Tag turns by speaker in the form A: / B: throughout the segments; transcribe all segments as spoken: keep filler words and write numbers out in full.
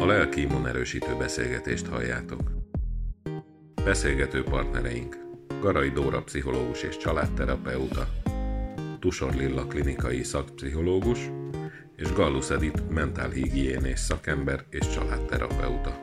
A: lelki immunerősítő beszélgetést halljátok. Beszélgető partnereink Garai Dóra pszichológus és családterapeuta, Tusor Lilla klinikai szakpszichológus és Gallus Edit mentálhigiénés szakember és családterapeuta.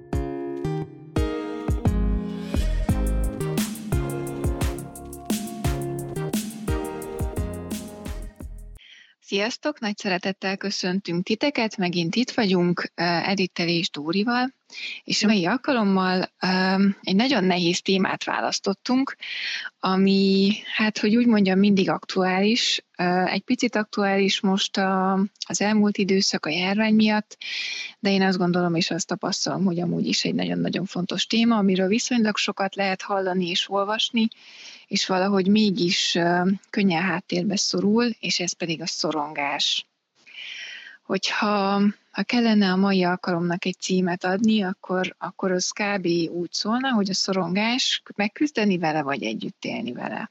B: Sziasztok! Nagy szeretettel köszöntünk titeket, megint itt vagyunk Edittel és Dórival, és a mai alkalommal egy nagyon nehéz témát választottunk, ami, hát hogy úgy mondjam, mindig aktuális, egy picit aktuális most a, az elmúlt időszak a járvány miatt, de én azt gondolom és azt tapasztalom, hogy amúgy is egy nagyon-nagyon fontos téma, amiről viszonylag sokat lehet hallani és olvasni, és valahogy mégis könnyen háttérbe szorul, és ez pedig a szorongás. Hogyha ha kellene a mai alkalomnak egy címet adni, akkor, akkor az kb. Úgy szólna, hogy a szorongás, megküzdeni vele, vagy együtt élni vele.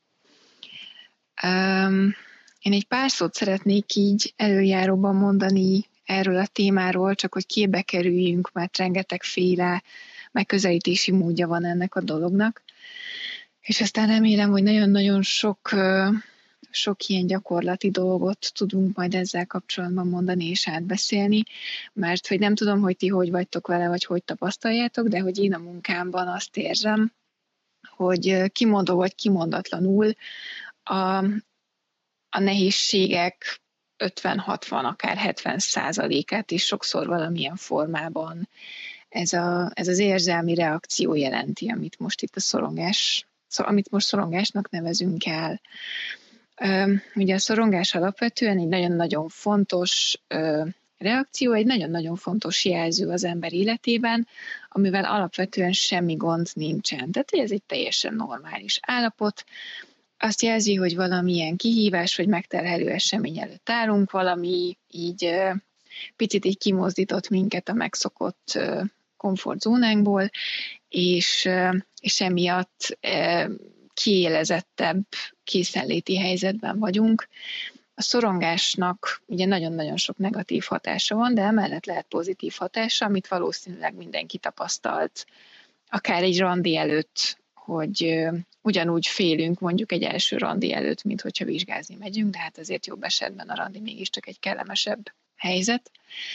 B: Um, én egy pár szót szeretnék így előjáróban mondani erről a témáról, csak hogy képbe kerüljünk, mert rengetegféle megközelítési módja van ennek a dolognak. És aztán remélem, hogy nagyon-nagyon sok, sok ilyen gyakorlati dolgot tudunk majd ezzel kapcsolatban mondani és átbeszélni, mert hogy nem tudom, hogy ti hogy vagytok vele, vagy hogy tapasztaljátok, de hogy én a munkámban azt érzem, hogy kimondó vagy kimondatlanul a, a nehézségek ötven-hatvan, akár hetven százalékát is sokszor valamilyen formában ez, a, ez az érzelmi reakció jelenti, amit most itt a szorongás amit most szorongásnak nevezünk el. Ugye a szorongás alapvetően egy nagyon-nagyon fontos reakció, egy nagyon-nagyon fontos jelző az ember életében, amivel alapvetően semmi gond nincsen. Tehát ez egy teljesen normális állapot. Azt jelzi, hogy valamilyen kihívás vagy megterhelő esemény előtt állunk, valami így picit így kimozdított minket a megszokott komfortzónánkból, és, és emiatt kiélezettebb készenléti helyzetben vagyunk. A szorongásnak ugye nagyon-nagyon sok negatív hatása van, de emellett lehet pozitív hatása, amit valószínűleg mindenki tapasztalt, akár egy randi előtt, hogy ugyanúgy félünk mondjuk egy első randi előtt, mint hogyha vizsgázni megyünk, de hát azért jobb esetben a randi mégiscsak egy kellemesebb helyzet.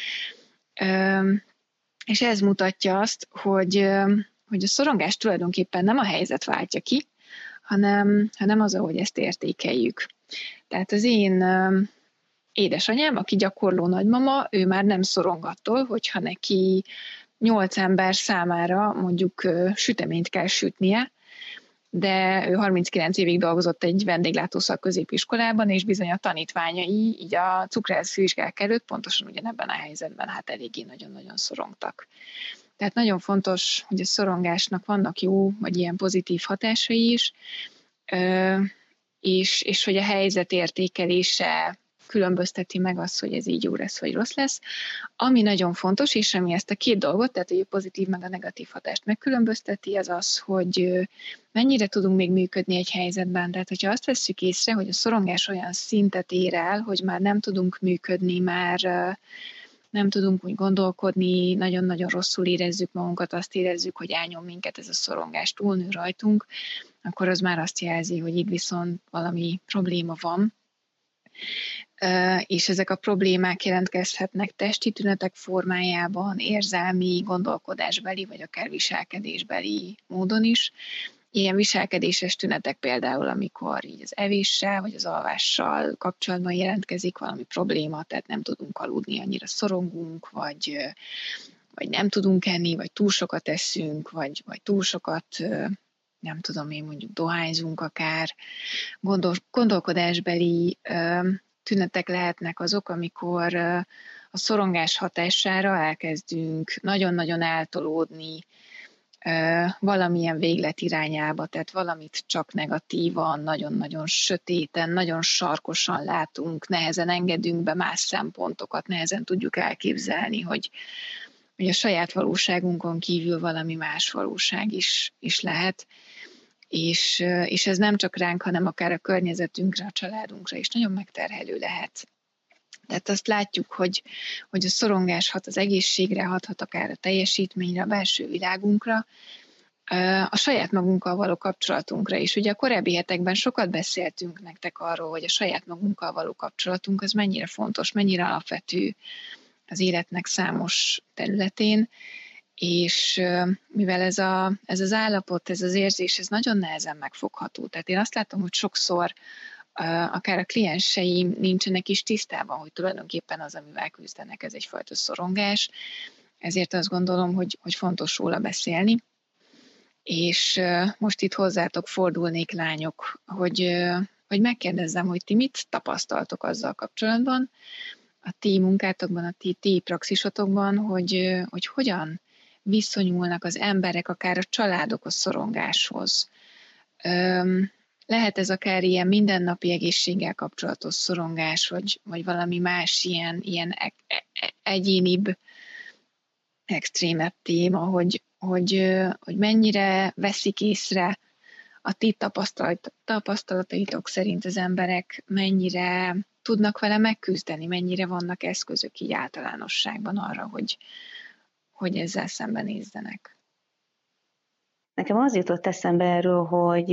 B: És ez mutatja azt, hogy, hogy a szorongás tulajdonképpen nem a helyzet váltja ki, hanem, hanem az, ahogy ezt értékeljük. Tehát az én édesanyám, aki gyakorló nagymama, ő már nem szorong attól, hogyha neki nyolc ember számára mondjuk süteményt kell sütnie, de ő harminckilenc évig dolgozott egy vendéglátószak középiskolában, és bizony a tanítványai így a cukrászvizsgák előtt pontosan ugyanebben a helyzetben hát eléggé nagyon-nagyon szorongtak. Tehát nagyon fontos, hogy a szorongásnak vannak jó, vagy ilyen pozitív hatásai is, és, és hogy a helyzet értékelése különbözteti meg azt, hogy ez így jó lesz, vagy rossz lesz. Ami nagyon fontos, és ami ezt a két dolgot, tehát hogy a pozitív meg a negatív hatást megkülönbözteti, az az, hogy mennyire tudunk még működni egy helyzetben. Tehát, hogyha azt vesszük észre, hogy a szorongás olyan szintet ér el, hogy már nem tudunk működni, már nem tudunk úgy gondolkodni, nagyon-nagyon rosszul érezzük magunkat, azt érezzük, hogy elnyom minket ez a szorongás, túlnő rajtunk, akkor az már azt jelzi, hogy itt viszont valami probléma van. És ezek a problémák jelentkezhetnek testi tünetek formájában, érzelmi, gondolkodásbeli, vagy akár viselkedésbeli módon is. Ilyen viselkedéses tünetek például, amikor így az evéssel, vagy az alvással kapcsolatban jelentkezik valami probléma, tehát nem tudunk aludni, annyira szorongunk, vagy, vagy nem tudunk enni, vagy túl sokat eszünk, vagy, vagy túl sokat, nem tudom én, mondjuk dohányzunk akár. Gondol, gondolkodásbeli tünetek lehetnek azok, amikor a szorongás hatására elkezdünk nagyon-nagyon eltolódni valamilyen véglet irányába, tehát valamit csak negatívan, nagyon-nagyon sötéten, nagyon sarkosan látunk, nehezen engedünk be más szempontokat, nehezen tudjuk elképzelni, hogy, hogy a saját valóságunkon kívül valami más valóság is, is lehet. És, és ez nem csak ránk, hanem akár a környezetünkre, a családunkra is nagyon megterhelő lehet. Tehát azt látjuk, hogy, hogy a szorongás hat az egészségre, hathat akár a teljesítményre, a belső világunkra, a saját magunkkal való kapcsolatunkra is. Ugye a korábbi hetekben sokat beszéltünk nektek arról, hogy a saját magunkkal való kapcsolatunk az mennyire fontos, mennyire alapvető az életnek számos területén, és mivel ez, a, ez az állapot, ez az érzés, ez nagyon nehezen megfogható. Tehát én azt látom, hogy sokszor akár a klienseim nincsenek is tisztában, hogy tulajdonképpen az, amivel küzdenek, ez egyfajta szorongás, ezért azt gondolom, hogy, hogy fontos róla beszélni. És most itt hozzátok fordulnék, lányok, hogy, hogy megkérdezzem, hogy ti mit tapasztaltok azzal kapcsolatban, a ti munkátokban, a ti, ti praxisotokban, hogy, hogy hogyan viszonyulnak az emberek, akár a családok a szorongáshoz. Lehet ez akár ilyen mindennapi egészséggel kapcsolatos szorongás, vagy, vagy valami más ilyen, ilyen egyénibb, extrémebb téma, hogy, hogy, hogy mennyire veszik észre a ti tapasztalat, tapasztalataitok szerint az emberek, mennyire tudnak vele megküzdeni, mennyire vannak eszközök így általánosságban arra, hogy, hogy ezzel szembenézzenek.
C: Nekem az jutott eszembe erről, hogy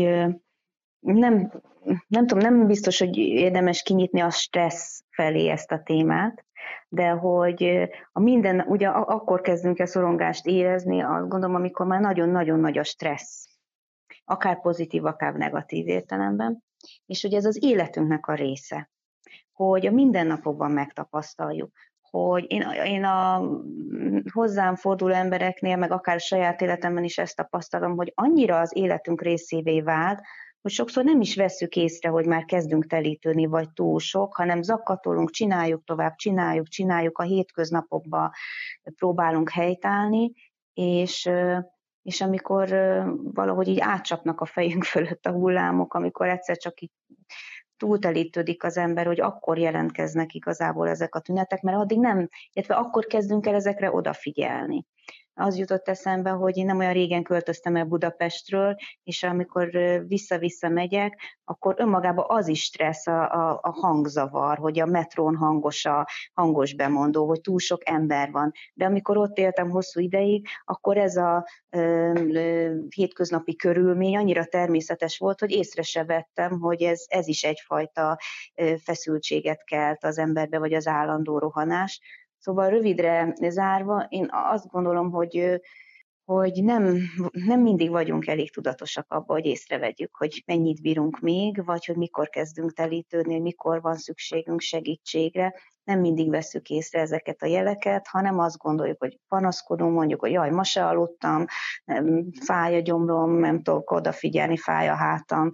C: nem, nem tudom, nem biztos, hogy érdemes kinyitni a stressz felé ezt a témát, de hogy a minden, ugye akkor kezdünk el szorongást érezni, azt gondolom, amikor már nagyon-nagyon nagy a stressz, akár pozitív, akár negatív értelemben, és hogy ez az életünknek a része, hogy a mindennapokban megtapasztaljuk, hogy én, én a hozzám forduló embereknél, meg akár saját életemben is ezt tapasztalom, hogy annyira az életünk részévé vált, hogy sokszor nem is vesszük észre, hogy már kezdünk telítődni, vagy túl sok, hanem zakatolunk, csináljuk tovább, csináljuk, csináljuk, a hétköznapokban próbálunk helytállni, és, és amikor valahogy így átcsapnak a fejünk fölött a hullámok, amikor egyszer csak így túltelítődik az ember, hogy akkor jelentkeznek igazából ezek a tünetek, mert addig nem, illetve akkor kezdünk el ezekre odafigyelni. Az jutott eszembe, hogy én nem olyan régen költöztem el Budapestről, és amikor vissza-vissza megyek, akkor önmagában az is stressz, a, a, a hangzavar, hogy a metrón hangos a hangos bemondó, hogy túl sok ember van. De amikor ott éltem hosszú ideig, akkor ez a ö, ö, hétköznapi körülmény annyira természetes volt, hogy észre se vettem, hogy ez, ez is egyfajta ö, feszültséget kelt az emberbe, vagy az állandó rohanás. Szóval rövidre zárva, én azt gondolom, hogy, hogy nem, nem mindig vagyunk elég tudatosak abban, hogy észrevegyük, hogy mennyit bírunk még, vagy hogy mikor kezdünk telítődni, mikor van szükségünk segítségre. Nem mindig vesszük észre ezeket a jeleket, hanem azt gondoljuk, hogy panaszkodunk, mondjuk, hogy jaj, ma se aludtam, fáj a gyomrom, nem tudok odafigyelni, fáj a hátam.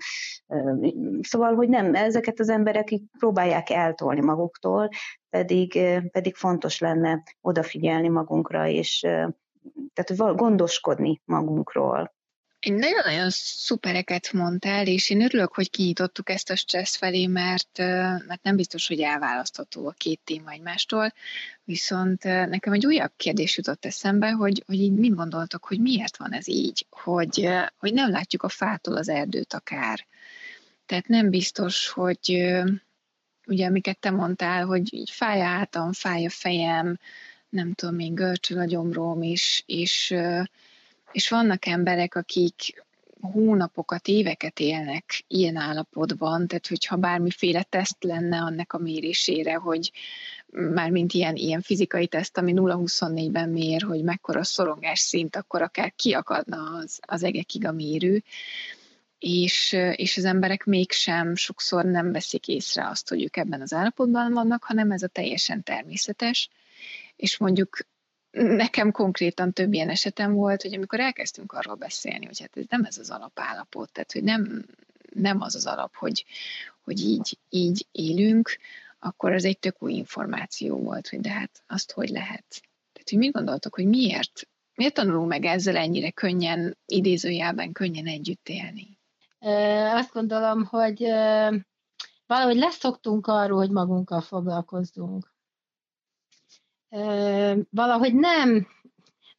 C: Szóval, hogy nem, ezeket az emberek így próbálják eltolni maguktól, pedig, pedig fontos lenne odafigyelni magunkra, és tehát gondoskodni magunkról.
B: Én nagyon-nagyon szupereket mondtál, és én örülök, hogy kinyitottuk ezt a stressz felé, mert, mert nem biztos, hogy elválasztható a két téma egymástól, viszont nekem egy újabb kérdés jutott eszembe, hogy, hogy így mit gondoltok, hogy miért van ez így, hogy, hogy nem látjuk a fától az erdőt akár. Tehát nem biztos, hogy ugye amiket te mondtál, hogy így fáj a hátam, fáj a fejem, nem tudom én, görcsöl a gyomrom, és, és És vannak emberek, akik hónapokat, éveket élnek ilyen állapotban, tehát hogyha bármiféle teszt lenne annak a mérésére, hogy mármint ilyen, ilyen fizikai teszt, ami nulla huszonnégyben mér, hogy mekkora szorongás szint, akkor akár kiakadna az, az egekig a mérő, és, és az emberek mégsem sokszor nem veszik észre azt, hogy ők ebben az állapotban vannak, hanem ez a teljesen természetes, és mondjuk nekem konkrétan több ilyen esetem volt, hogy amikor elkezdtünk arról beszélni, hogy hát ez nem ez az alapállapot, tehát hogy nem, nem az az alap, hogy, hogy így, így élünk, akkor az egy tök új információ volt, hogy de hát azt hogy lehet. Tehát, hogy mit gondoltok, hogy miért, miért tanulunk meg ezzel ennyire könnyen, idézőjelben könnyen együtt élni?
D: Azt gondolom, hogy valahogy leszoktunk arról, hogy magunkkal foglalkozzunk. Valahogy nem,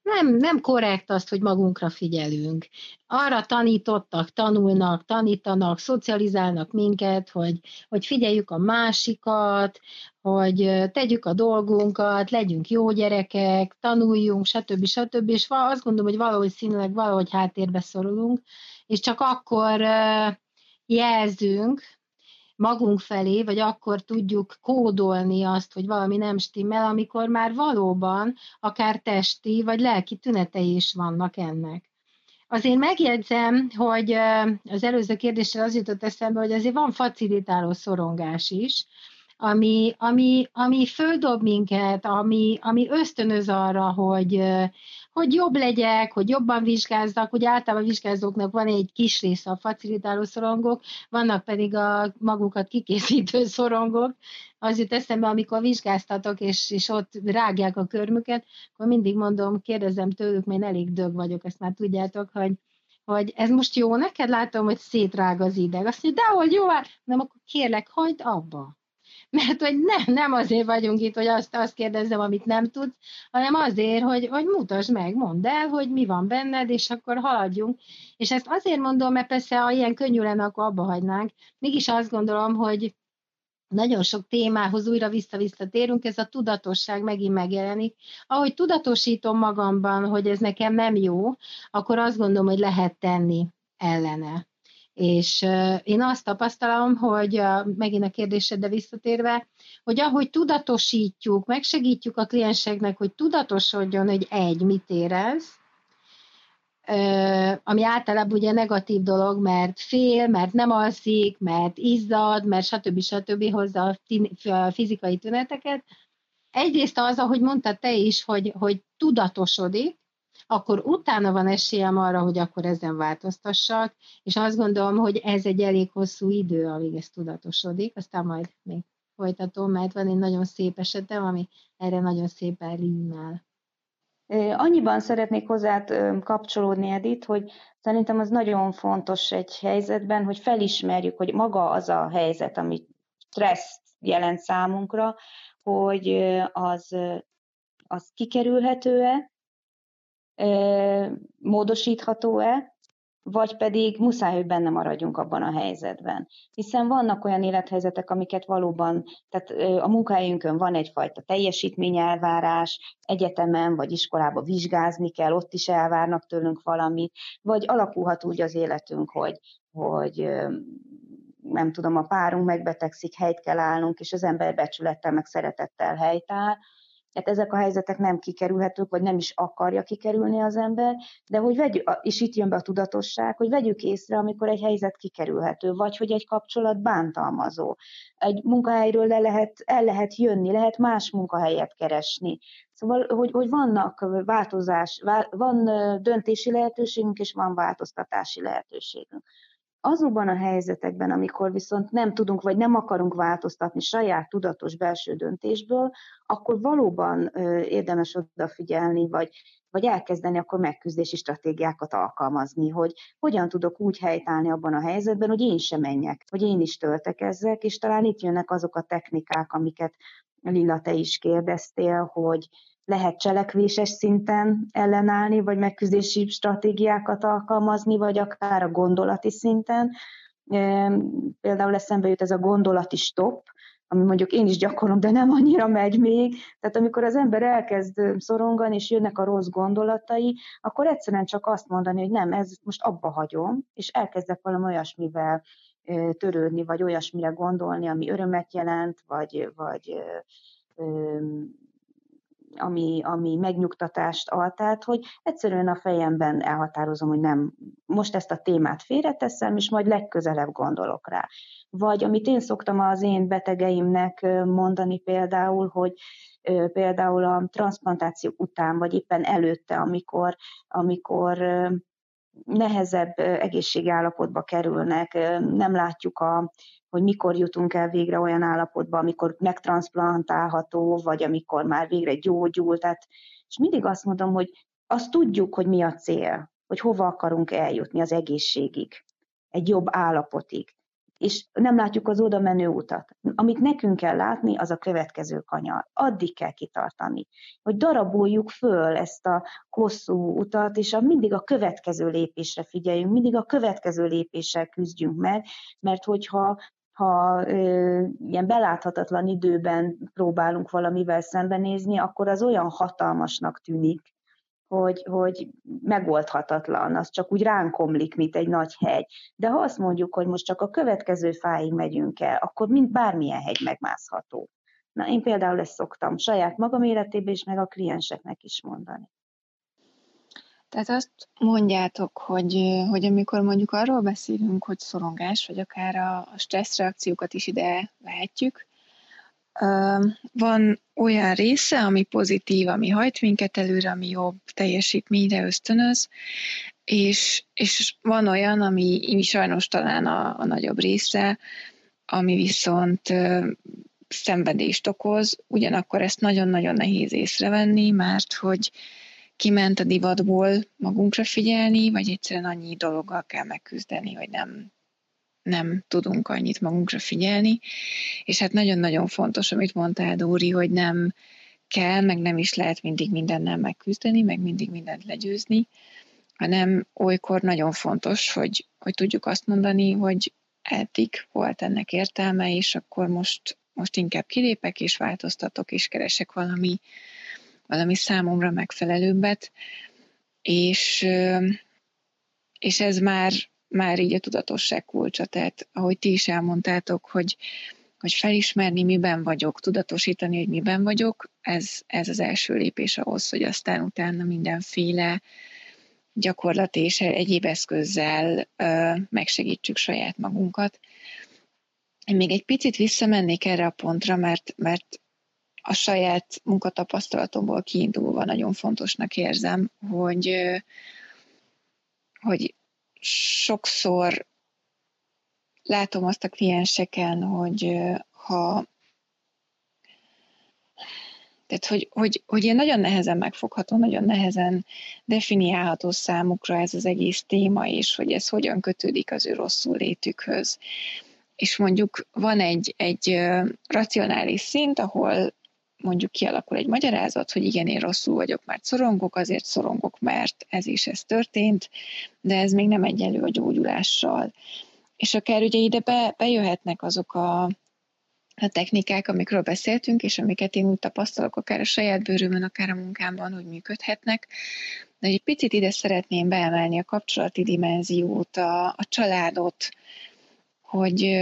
D: nem, nem korrekt azt, hogy magunkra figyelünk. Arra tanítottak, tanulnak, tanítanak, szocializálnak minket, hogy, hogy figyeljük a másikat, hogy tegyük a dolgunkat, legyünk jó gyerekek, tanuljunk, stb. stb. És azt gondolom, hogy valahogy színűleg, valahogy háttérbe szorulunk, és csak akkor jelzünk magunk felé, vagy akkor tudjuk kódolni azt, hogy valami nem stimmel, amikor már valóban akár testi, vagy lelki tünetei is vannak ennek. Azért megjegyzem, hogy az előző kérdésre az jutott eszembe, hogy azért van facilitáló szorongás is, ami, ami, ami földob minket, ami, ami ösztönöz arra, hogy, hogy jobb legyek, hogy jobban vizsgázzak. Ugye általában a vizsgázóknak van egy kis része a facilitáló szorongók, vannak pedig a magukat kikészítő szorongók. Az jut eszembe, amikor vizsgáztatok, és, és ott rágják a körmüket, akkor mindig mondom, kérdezem tőlük, mert én elég dög vagyok, ezt már tudjátok, hogy hogy ez most jó neked, látom, hogy szétrág az ideg. Azt mondja, de hogy jó, nem, akkor kérlek, hagyd abba. Mert hogy nem, nem azért vagyunk itt, hogy azt, azt kérdezzem, amit nem tudsz, hanem azért, hogy, hogy mutasd meg, mondd el, hogy mi van benned, és akkor haladjunk. És ezt azért mondom, mert persze, ha ilyen könnyű lenne, akkor abba hagynánk. Mégis azt gondolom, hogy nagyon sok témához újra vissza-vissza térünk, ez a tudatosság megint megjelenik. Ahogy tudatosítom magamban, hogy ez nekem nem jó, akkor azt gondolom, hogy lehet tenni ellene. És én azt tapasztalom, hogy megint a kérdésedre visszatérve, hogy ahogy tudatosítjuk, megsegítjük a klienseknek, hogy tudatosodjon, hogy egy, mit érez, ami általában ugye negatív dolog, mert fél, mert nem alszik, mert izzad, mert stb. stb. Hozza a fizikai tüneteket. Egyrészt az, ahogy mondtad te is, hogy, hogy tudatosodik, akkor utána van esélyem arra, hogy akkor ezen változtassak, és azt gondolom, hogy ez egy elég hosszú idő, amíg ez tudatosodik, aztán majd még folytatom, mert van egy nagyon szép esetem, ami erre nagyon szépen rímel.
C: Annyiban szeretnék hozzád kapcsolódni, Edith, hogy szerintem az nagyon fontos egy helyzetben, hogy felismerjük, hogy maga az a helyzet, ami stresszt jelent számunkra, hogy az, az kikerülhető-e, módosítható-e, vagy pedig muszáj, hogy benne maradjunk abban a helyzetben. Hiszen vannak olyan élethelyzetek, amiket valóban, tehát a munkahelyünkön van egyfajta teljesítményelvárás, egyetemen vagy iskolában vizsgázni kell, ott is elvárnak tőlünk valamit, vagy alakulhat úgy az életünk, hogy, hogy nem tudom, a párunk megbetegszik, helyt kell állnunk, és az ember becsülettel, meg szeretettel helytáll. Tehát ezek a helyzetek nem kikerülhetők, vagy nem is akarja kikerülni az ember, de hogy vegyük, és itt jön be a tudatosság, hogy vegyük észre, amikor egy helyzet kikerülhető, vagy hogy egy kapcsolat bántalmazó. Egy munkahelyről le lehet, el lehet jönni, lehet más munkahelyet keresni. Szóval, hogy, hogy vannak változás, van döntési lehetőségünk, és van változtatási lehetőségünk. Azokban a helyzetekben, amikor viszont nem tudunk, vagy nem akarunk változtatni saját tudatos belső döntésből, akkor valóban érdemes odafigyelni, vagy, vagy elkezdeni akkor megküzdési stratégiákat alkalmazni, hogy hogyan tudok úgy helytállni abban a helyzetben, hogy én sem menjek, hogy én is töltekezzek, és talán itt jönnek azok a technikák, amiket Lilla, te is kérdeztél, hogy lehet cselekvéses szinten ellenállni, vagy megküzdési stratégiákat alkalmazni, vagy akár a gondolati szinten. Például eszembe jut ez a gondolati stop, ami mondjuk én is gyakorlom, de nem annyira megy még. Tehát amikor az ember elkezd szorongani, és jönnek a rossz gondolatai, akkor egyszerűen csak azt mondani, hogy nem, ez most abba hagyom, és elkezdek valami olyasmivel törődni, vagy olyasmire gondolni, ami örömet jelent, vagy, vagy Ami, ami megnyugtatást ad, tehát hogy egyszerűen a fejemben elhatározom, hogy nem, most ezt a témát félreteszem, és majd legközelebb gondolok rá. Vagy amit én szoktam az én betegeimnek mondani például, hogy például a transzplantáció után, vagy éppen előtte, amikor, amikor nehezebb egészségi állapotba kerülnek, nem látjuk, a, hogy mikor jutunk el végre olyan állapotba, amikor megtranszplantálható, vagy amikor már végre gyógyul. Tehát, és mindig azt mondom, hogy azt tudjuk, hogy mi a cél, hogy hova akarunk eljutni az egészségig, egy jobb állapotig. és nem látjuk az oda menő utat. Amit nekünk kell látni, az a következő kanyar. Addig kell kitartani, hogy daraboljuk föl ezt a hosszú utat, és a, mindig a következő lépésre figyeljünk, mindig a következő lépéssel küzdjünk meg, mert hogyha ha ö, ilyen beláthatatlan időben próbálunk valamivel szembenézni, akkor az olyan hatalmasnak tűnik, hogy, hogy megoldhatatlan, az csak úgy ránk omlik, mint egy nagy hegy. De ha azt mondjuk, hogy most csak a következő fáig megyünk el, akkor mind bármilyen hegy megmászható. Na, én például ezt szoktam saját magam életében és meg a klienseknek is mondani.
B: Tehát azt mondjátok, hogy, hogy amikor mondjuk arról beszélünk, hogy szorongás, vagy akár a, a stresszreakciókat is ide vehetjük, van olyan része, ami pozitív, ami hajt minket előre, ami jobb teljesítményre ösztönöz, és, és van olyan, ami sajnos talán a, a nagyobb része, ami viszont szenvedést okoz, ugyanakkor ezt nagyon-nagyon nehéz észrevenni, mert hogy kiment a divatból magunkra figyelni, vagy egyszerűen annyi dologgal kell megküzdeni, hogy nem, nem tudunk annyit magunkra figyelni. És hát nagyon-nagyon fontos, amit mondtál, Dóri, hogy nem kell, meg nem is lehet mindig mindennel megküzdeni, meg mindig mindent legyőzni, hanem olykor nagyon fontos, hogy, hogy tudjuk azt mondani, hogy eddig volt ennek értelme, és akkor most, most inkább kilépek, és változtatok, és keresek valami, valami számomra megfelelőbbet, és, és ez már, már így a tudatosság kulcsa, tehát ahogy ti is elmondtátok, hogy, hogy felismerni, miben vagyok, tudatosítani, hogy miben vagyok, ez, ez az első lépés ahhoz, hogy aztán utána mindenféle gyakorlat és egyéb eszközzel ö, megsegítsük saját magunkat. Én még egy picit visszamennék erre a pontra, mert, mert a saját munkatapasztalatomból kiindulva nagyon fontosnak érzem, hogy, hogy sokszor látom azt a klienseken, hogy ha tehát, hogy, hogy, hogy ilyen nagyon nehezen megfogható, nagyon nehezen definiálható számukra ez az egész téma, és hogy ez hogyan kötődik az ő rosszul létükhöz. És mondjuk van egy, egy racionális szint, ahol mondjuk kialakul egy magyarázat, hogy igen, én rosszul vagyok, mert szorongok, azért szorongok, mert ez és ez történt, de ez még nem egyenlő a gyógyulással. És akár ugye ide be, bejöhetnek azok a, a technikák, amikről beszéltünk, és amiket én úgy tapasztalok, akár a saját bőrömön, akár a munkámban, hogy működhetnek. De egy picit ide szeretném beemelni a kapcsolati dimenziót, a, a családot, hogy,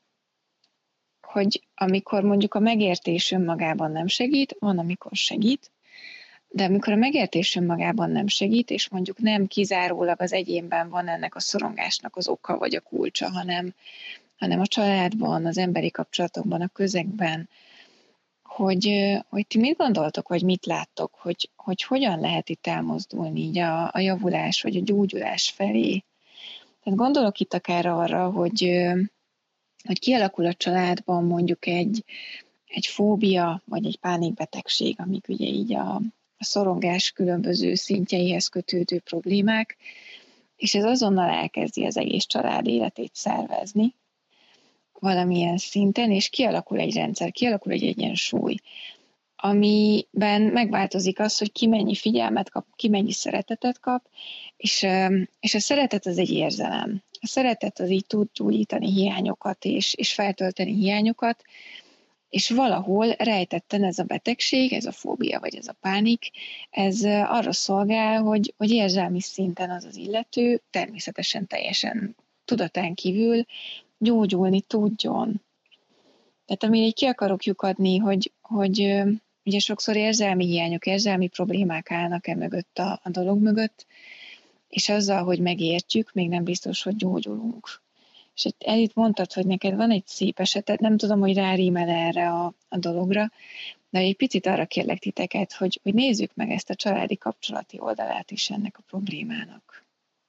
B: hogy amikor mondjuk a megértés önmagában nem segít, van, amikor segít, de amikor a megértés önmagában nem segít, és mondjuk nem kizárólag az egyénben van ennek a szorongásnak az oka vagy a kulcsa, hanem, hanem a családban, az emberi kapcsolatokban, a közegben, hogy, hogy ti mit gondoltok, vagy mit láttok, hogy, hogy hogyan lehet itt elmozdulni így a, a javulás vagy a gyógyulás felé. Tehát gondolok itt akár arra, hogy, hogy kialakul a családban mondjuk egy, egy fóbia, vagy egy pánikbetegség, amik ugye így a, a szorongás különböző szintjeihez kötődő problémák, és ez azonnal elkezdi az egész család életét szervezni valamilyen szinten, és kialakul egy rendszer, kialakul egy egyensúly, amiben megváltozik az, hogy ki mennyi figyelmet kap, ki mennyi szeretetet kap, és, és a szeretet az egy érzelem. A szeretet az így tud gyógyítani hiányokat, és, és feltölteni hiányokat, és valahol rejtetten ez a betegség, ez a fóbia, vagy ez a pánik, ez arra szolgál, hogy, hogy érzelmi szinten az az illető, természetesen teljesen tudatán kívül gyógyulni tudjon. Tehát amire így ki akarok lyukadni, hogy, hogy ugye sokszor érzelmi hiányok, érzelmi problémák állnak e mögött a, a dolog mögött, és azzal, hogy megértjük, még nem biztos, hogy gyógyulunk. És Edith, mondtad, hogy neked van egy szép eseted, nem tudom, hogy rárímel erre a, a dologra, de egy picit arra kérlek titeket, hogy, hogy nézzük meg ezt a családi kapcsolati oldalát is ennek a problémának.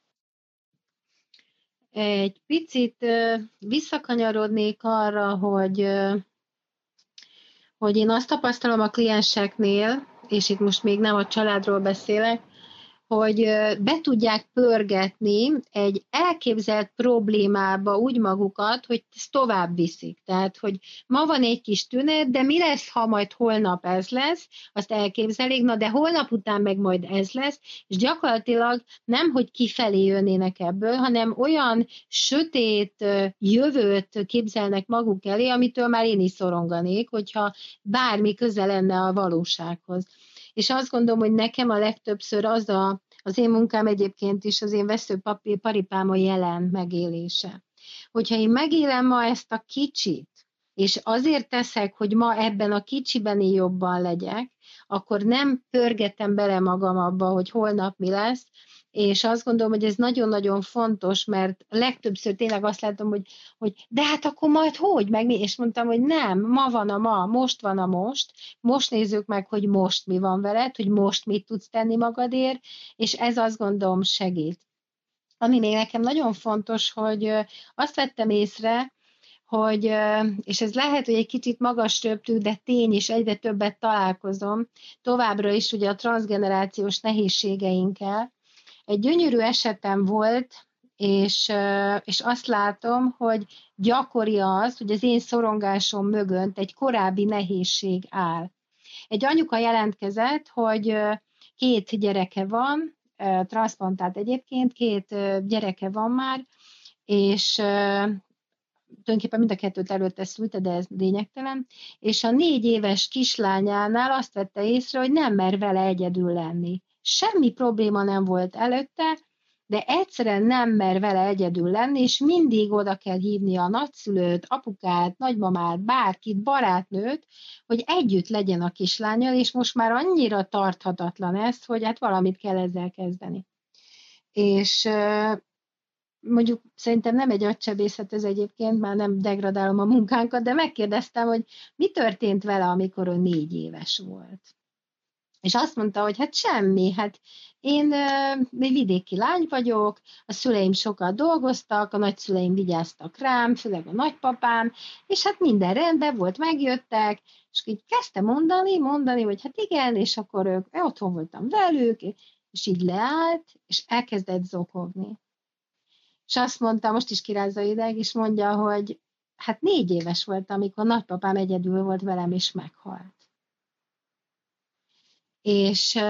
D: Egy picit visszakanyarodnék arra, hogy, hogy én azt tapasztalom a klienseknél, és itt most még nem a családról beszélek, hogy be tudják pörgetni egy elképzelt problémába úgy magukat, hogy ezt tovább viszik. Tehát, hogy ma van egy kis tünet, de mi lesz, ha majd holnap ez lesz, azt elképzelik, na de holnap után meg majd ez lesz, és gyakorlatilag nem, hogy kifelé jönnének ebből, hanem olyan sötét jövőt képzelnek maguk elé, amitől már én is szoronganék, hogyha bármi köze lenne a valósághoz. És azt gondolom, hogy nekem a legtöbbször az a, az én munkám egyébként is, az én veszőparipám a jelen megélése. Hogyha én megélem ma ezt a kicsit, és azért teszek, hogy ma ebben a kicsiben én jobban legyek, akkor nem pörgetem bele magam abba, hogy holnap mi lesz, és azt gondolom, hogy ez nagyon-nagyon fontos, mert legtöbbször tényleg azt látom, hogy, hogy de hát akkor majd hogy, meg mi? És mondtam, hogy nem, ma van a ma, most van a most, most nézzük meg, hogy most mi van veled, hogy most mit tudsz tenni magadért, és ez azt gondolom segít. Ami még nekem nagyon fontos, hogy azt vettem észre, hogy, és ez lehet, hogy egy kicsit magas röptű, de tény, és egyre többet találkozom, továbbra is ugye a transzgenerációs nehézségeinkkel. Egy gyönyörű esetem volt, és, és azt látom, hogy gyakori az, hogy az én szorongásom mögött egy korábbi nehézség áll. Egy anyuka jelentkezett, hogy két gyereke van, transzplantált egyébként, két gyereke van már, és tulajdonképpen mind a kettőt előtte szülte, de ez lényegtelen, és a négy éves kislányánál azt vette észre, hogy nem mer vele egyedül lenni. Semmi probléma nem volt előtte, de egyszerűen nem mer vele egyedül lenni, és mindig oda kell hívni a nagyszülőt, apukát, nagymamát, bárkit, barátnőt, hogy együtt legyen a kislányal, és most már annyira tarthatatlan ez, hogy hát valamit kell ezzel kezdeni. És mondjuk szerintem nem egy agysebészet ez egyébként, már nem degradálom a munkánkat, de megkérdeztem, hogy mi történt vele, amikor ő négy éves volt. És azt mondta, hogy hát semmi, hát én egy vidéki lány vagyok, a szüleim sokat dolgoztak, a nagyszüleim vigyáztak rám, főleg a nagypapám, és hát minden rendben volt, megjöttek, és így kezdte mondani, mondani, hogy hát igen, és akkor ők, otthon voltam velük, és így leállt, és elkezdett zokogni. És azt mondta, most is kirázza ideg, és mondja, hogy hát négy éves volt, amikor nagypapám egyedül volt velem, és meghalt. És,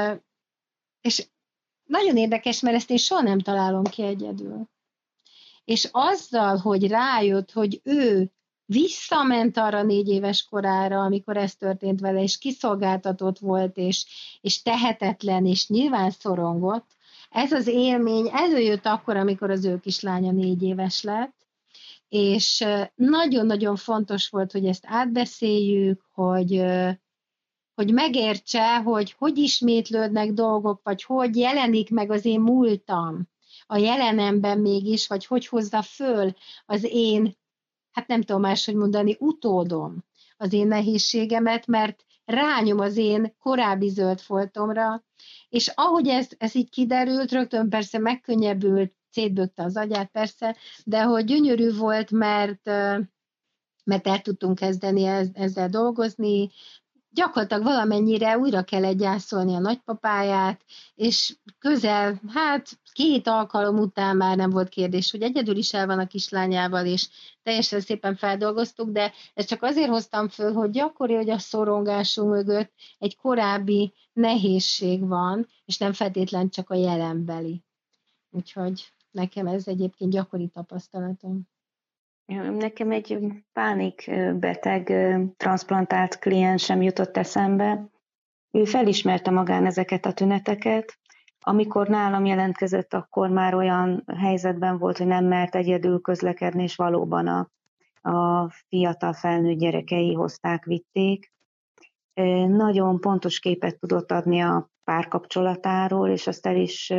D: és nagyon érdekes, mert ezt én soha nem találom ki egyedül. És azzal, hogy rájött, hogy ő visszament arra négy éves korára, amikor ez történt vele, és kiszolgáltatott volt, és, és tehetetlen, és nyilván szorongott, ez az élmény előjött akkor, amikor az ő kislánya négy éves lett, és nagyon-nagyon fontos volt, hogy ezt átbeszéljük, hogy, hogy megértse, hogy hogy ismétlődnek dolgok, vagy hogy jelenik meg az én múltam a jelenemben mégis, vagy hogy hozza föl az én, hát nem tudom máshogy mondani, utódom az én nehézségemet, mert rányom az én korábbi zöld foltomra, és ahogy ez, ez így kiderült, rögtön persze megkönnyebbült, szétbökte az agyát persze, de hogy gyönyörű volt, mert, mert el tudtunk kezdeni ezzel dolgozni, gyakorlatilag valamennyire újra kellett gyászolni a nagypapáját, és közel, hát két alkalom után már nem volt kérdés, hogy egyedül is el van a kislányával, és teljesen szépen feldolgoztuk, de ezt csak azért hoztam föl, hogy gyakori, hogy a szorongásunk mögött egy korábbi nehézség van, és nem feltétlen csak a jelenbeli. Úgyhogy nekem ez egyébként gyakori tapasztalatom.
C: Nekem egy pánikbeteg, transzplantált kliensem jutott eszembe. Ő felismerte magán ezeket a tüneteket. Amikor nálam jelentkezett, akkor már olyan helyzetben volt, hogy nem mert egyedül közlekedni, és valóban a, a fiatal felnőtt gyerekei hozták, vitték. Nagyon pontos képet tudott adni a párkapcsolatáról, és azt el is...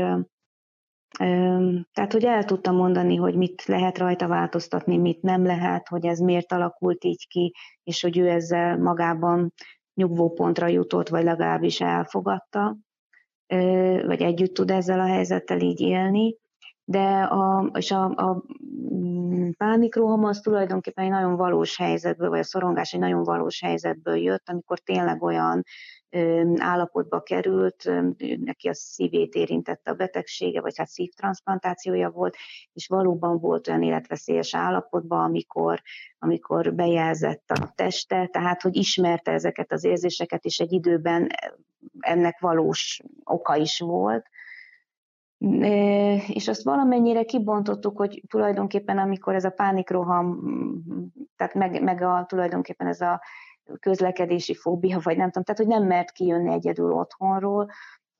C: Tehát, hogy el tudtam mondani, hogy mit lehet rajta változtatni, mit nem lehet, hogy ez miért alakult így ki, és hogy ő ezzel magában nyugvópontra jutott, vagy legalábbis elfogadta, vagy együtt tud ezzel a helyzettel így élni. De a, és a, a pánikroham az tulajdonképpen egy nagyon valós helyzetből, vagy a szorongás egy nagyon valós helyzetből jött, amikor tényleg olyan állapotba került, neki a szívét érintette a betegsége, vagy hát szívtranszplantációja volt, és valóban volt olyan életveszélyes állapotban, amikor, amikor bejelzett a teste, tehát hogy ismerte ezeket az érzéseket, és egy időben ennek valós oka is volt. És azt valamennyire kibontottuk, hogy tulajdonképpen amikor ez a pánikroham, tehát meg, meg a, tulajdonképpen ez a közlekedési fóbia, vagy nem tudom, tehát hogy nem mert kijönni egyedül otthonról,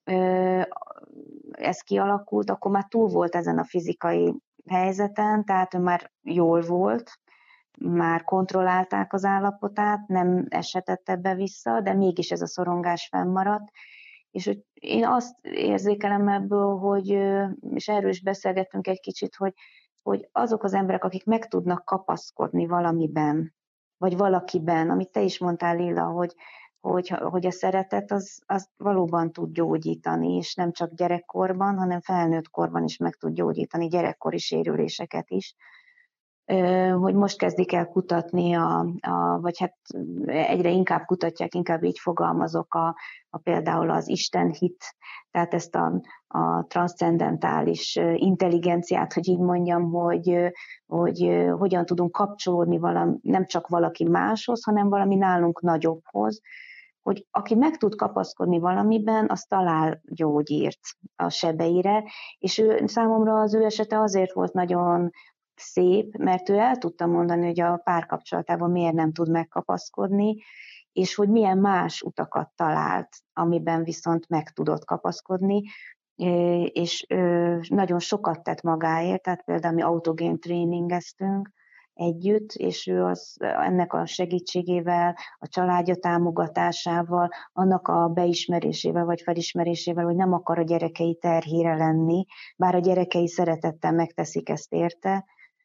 C: ez kialakult, akkor már túl volt ezen a fizikai helyzeten, tehát ő már jól volt, már kontrollálták az állapotát, nem eshetett ebbe vissza, de mégis ez a szorongás fennmaradt. És hogy én azt érzékelem ebből, hogy, és erről is beszélgettünk egy kicsit, hogy, hogy azok az emberek, akik meg tudnak kapaszkodni valamiben, vagy valakiben, amit te is mondtál, Lilla, hogy, hogy, hogy a szeretet az, az valóban tud gyógyítani, és nem csak gyerekkorban, hanem felnőtt korban is meg tud gyógyítani, gyerekkori sérüléseket is. Hogy most kezdik el kutatni, a, a, vagy hát egyre inkább kutatják, inkább így fogalmazok, a, a például az istenhit, tehát ezt a, a transzcendentális intelligenciát, hogy így mondjam, hogy, hogy hogyan tudunk kapcsolódni valami, nem csak valaki máshoz, hanem valami nálunk nagyobbhoz, hogy aki meg tud kapaszkodni valamiben, az talál gyógyírt a sebeire, és ő, számomra az ő esete azért volt nagyon szép, mert ő el tudta mondani, hogy a párkapcsolatában miért nem tud megkapaszkodni, és hogy milyen más utakat talált, amiben viszont meg tudott kapaszkodni, és nagyon sokat tett magáért, tehát például mi autogén tréningeztünk együtt, és ő az, ennek a segítségével, a családja támogatásával, annak a beismerésével vagy felismerésével, hogy nem akar a gyerekei terhére lenni, bár a gyerekei szeretettel megteszik ezt érte,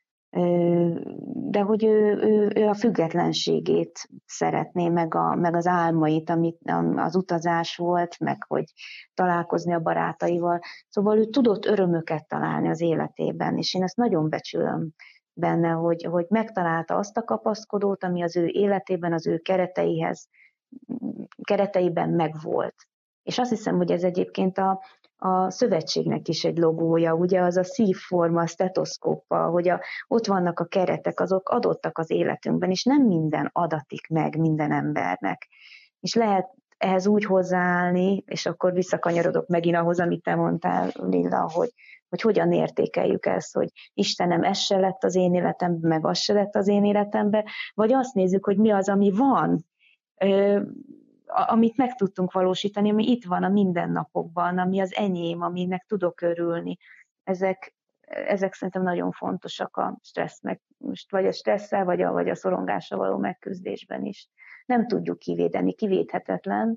C: de hogy ő, ő, ő a függetlenségét szeretné, meg, a, meg az álmait, amit az utazás volt, meg hogy találkozni a barátaival. Szóval ő tudott örömöket találni az életében, és én ezt nagyon becsülöm benne, hogy, hogy megtalálta azt a kapaszkodót, ami az ő életében, az ő kereteihez, kereteiben megvolt. És azt hiszem, hogy ez egyébként a, a szövetségnek is egy logója, ugye az a szívforma, a stetoszkóppal, hogy a, ott vannak a keretek, azok adottak az életünkben, és nem minden adatik meg minden embernek. És lehet ehhez úgy hozzáállni, és akkor visszakanyarodok megint ahhoz, amit te mondtál, Lilla, hogy, hogy hogyan értékeljük ezt, hogy Istenem, ez se lett az én életemben, meg az se lett az én életemben, vagy azt nézzük, hogy mi az, ami van, amit meg tudtunk valósítani, ami itt van a mindennapokban, ami az enyém, aminek tudok örülni. Ezek, ezek szerintem nagyon fontosak a stressz, meg, most vagy a stresszel, vagy a, vagy a szorongással való megküzdésben is. Nem tudjuk kivédeni, kivédhetetlen,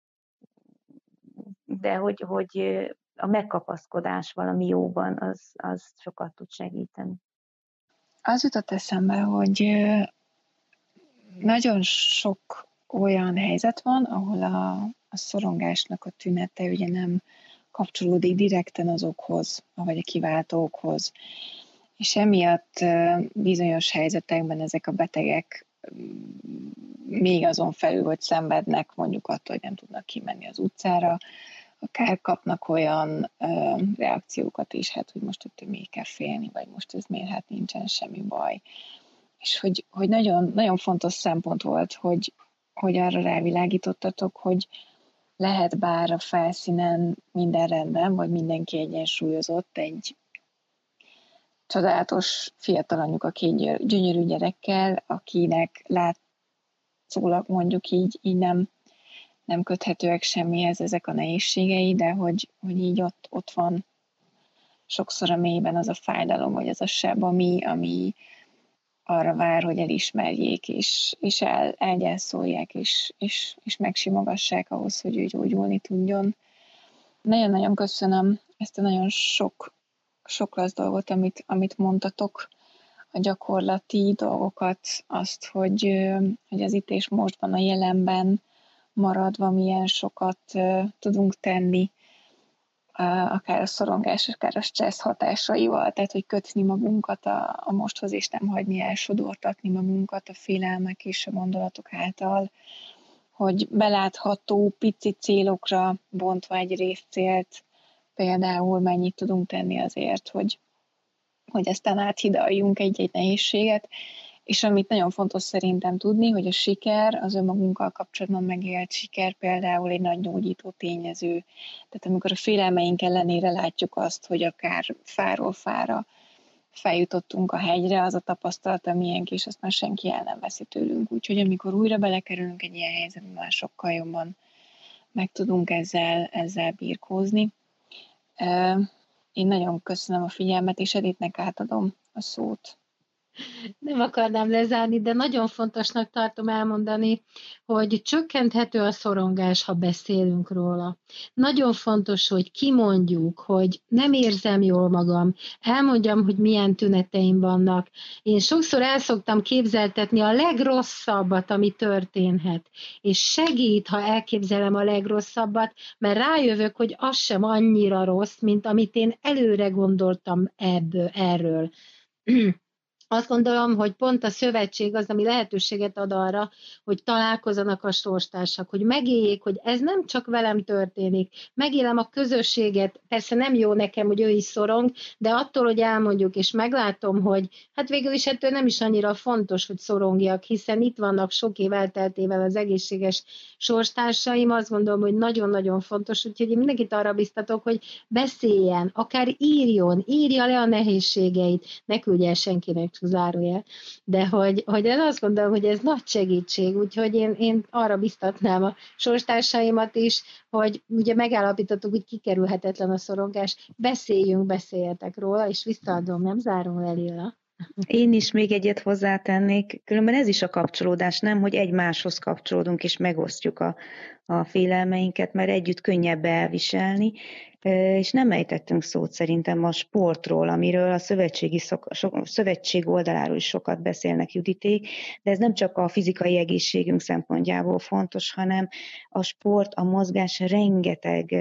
C: de hogy, hogy a megkapaszkodás valami jóban, az, az sokat tud segíteni.
B: Az jutott eszembe, hogy nagyon sok olyan helyzet van, ahol a, a szorongásnak a tünete ugye nem kapcsolódik direkten az okhoz, vagy a kiváltó okhoz. És emiatt bizonyos helyzetekben ezek a betegek még azon felül, hogy szenvednek mondjuk attól, hogy nem tudnak kimenni az utcára, akár kapnak olyan ö, reakciókat is, hát, hogy most ott még kell félni, vagy most ez miért, hát nincsen semmi baj. És hogy, hogy nagyon, nagyon fontos szempont volt, hogy, hogy arra rávilágítottatok, hogy lehet bár a felszínen minden rendben, vagy mindenki egyensúlyozott, egy csodálatos fiatal anyuka két gyönyörű gyerekkel, akinek látszólag mondjuk így, így nem, nem köthetőek semmihez ezek a nehézségei, de hogy, hogy így ott, ott van sokszor a mélyben az a fájdalom, vagy az a seb, ami, ami arra vár, hogy elismerjék, és, és el, elgyászolják, és, és, és megsimogassák ahhoz, hogy ő gyógyulni tudjon. Nagyon-nagyon köszönöm ezt a nagyon sok, sok rossz dolgot, amit, amit mondtatok, a gyakorlati dolgokat, azt, hogy, hogy az itt és mostban, a jelenben maradva milyen sokat tudunk tenni akár a szorongás, akár a stressz hatásaival, tehát hogy kötni magunkat a, a mosthoz, és nem hagyni elsodortatni magunkat a félelmek és a gondolatok által, hogy belátható pici célokra bontva egy részcélt, például mennyit tudunk tenni azért, hogy, hogy aztán áthidaljunk egy-egy nehézséget, és amit nagyon fontos szerintem tudni, hogy a siker, az önmagunkkal kapcsolatban megélt siker például egy nagy gyógyító tényező. Tehát amikor a félelmeink ellenére látjuk azt, hogy akár fáról fára feljutottunk a hegyre, az a tapasztalat a miénk, és azt már senki el nem veszi tőlünk. Úgyhogy amikor újra belekerülünk egy ilyen helyzetbe, már sokkal jobban meg tudunk ezzel, ezzel birkózni. Én nagyon köszönöm a figyelmet, és Editnek átadom a szót.
D: Nem akarnám lezárni, de nagyon fontosnak tartom elmondani, hogy csökkenthető a szorongás, ha beszélünk róla. Nagyon fontos, hogy kimondjuk, hogy nem érzem jól magam, elmondjam, hogy milyen tüneteim vannak. Én sokszor el szoktam képzeltetni a legrosszabbat, ami történhet, és segít, ha elképzelem a legrosszabbat, mert rájövök, hogy az sem annyira rossz, mint amit én előre gondoltam ebből, erről. Azt gondolom, hogy pont a szövetség az, ami lehetőséget ad arra, hogy találkozzanak a sorstársak, hogy megéljék, hogy ez nem csak velem történik. Megélem a közösséget, persze nem jó nekem, hogy ő is szorong, de attól, hogy elmondjuk, és meglátom, hogy hát végül is ettől nem is annyira fontos, hogy szorongjak, hiszen itt vannak sok év elteltével az egészséges sorstársaim, azt gondolom, hogy nagyon-nagyon fontos, úgyhogy én mindenkit arra biztatok, hogy beszéljen, akár írjon, írja le a nehézségeit, ne küldje el senkinek, zárójel, de hogy, hogy én azt gondolom, hogy ez nagy segítség, úgyhogy én, én arra biztatnám a sorstársaimat is, hogy ugye megállapítottuk, hogy kikerülhetetlen a szorongás, beszéljünk, beszéljetek róla, és visszaadom, nem zárom le, Lilla.
C: Én is még egyet hozzátennék, különben ez is a kapcsolódás, nem, hogy egymáshoz kapcsolódunk és megosztjuk a, a félelmeinket, mert együtt könnyebb elviselni, és nem ejtettünk szót szerintem a sportról, amiről a szövetségi szok, so, szövetség oldaláról is sokat beszélnek Juditék, de ez nem csak a fizikai egészségünk szempontjából fontos, hanem a sport, a mozgás rengeteg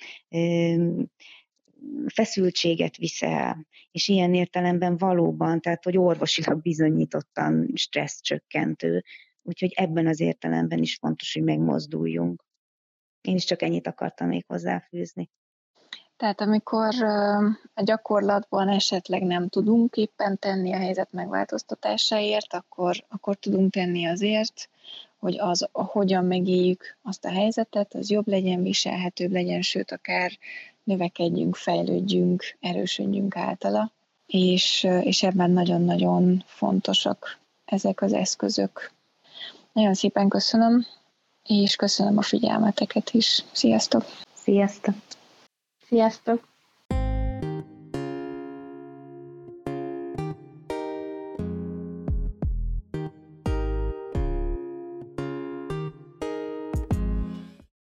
C: feszültséget viszel, és ilyen értelemben valóban, tehát hogy orvosilag bizonyítottan stresszcsökkentő, úgyhogy ebben az értelemben is fontos, hogy megmozduljunk. Én is csak ennyit akartam még hozzáfűzni.
B: Tehát amikor a gyakorlatban esetleg nem tudunk éppen tenni a helyzet megváltoztatásáért, akkor, akkor tudunk tenni azért, hogy az, hogyan megéljük azt a helyzetet, az jobb legyen, viselhetőbb legyen, sőt, akár növekedjünk, fejlődjünk, erősödjünk általa, és, és ebben nagyon-nagyon fontosak ezek az eszközök. Nagyon szépen köszönöm, és köszönöm a figyelmeteket is. Sziasztok!
C: Sziasztok!
D: Sziasztok!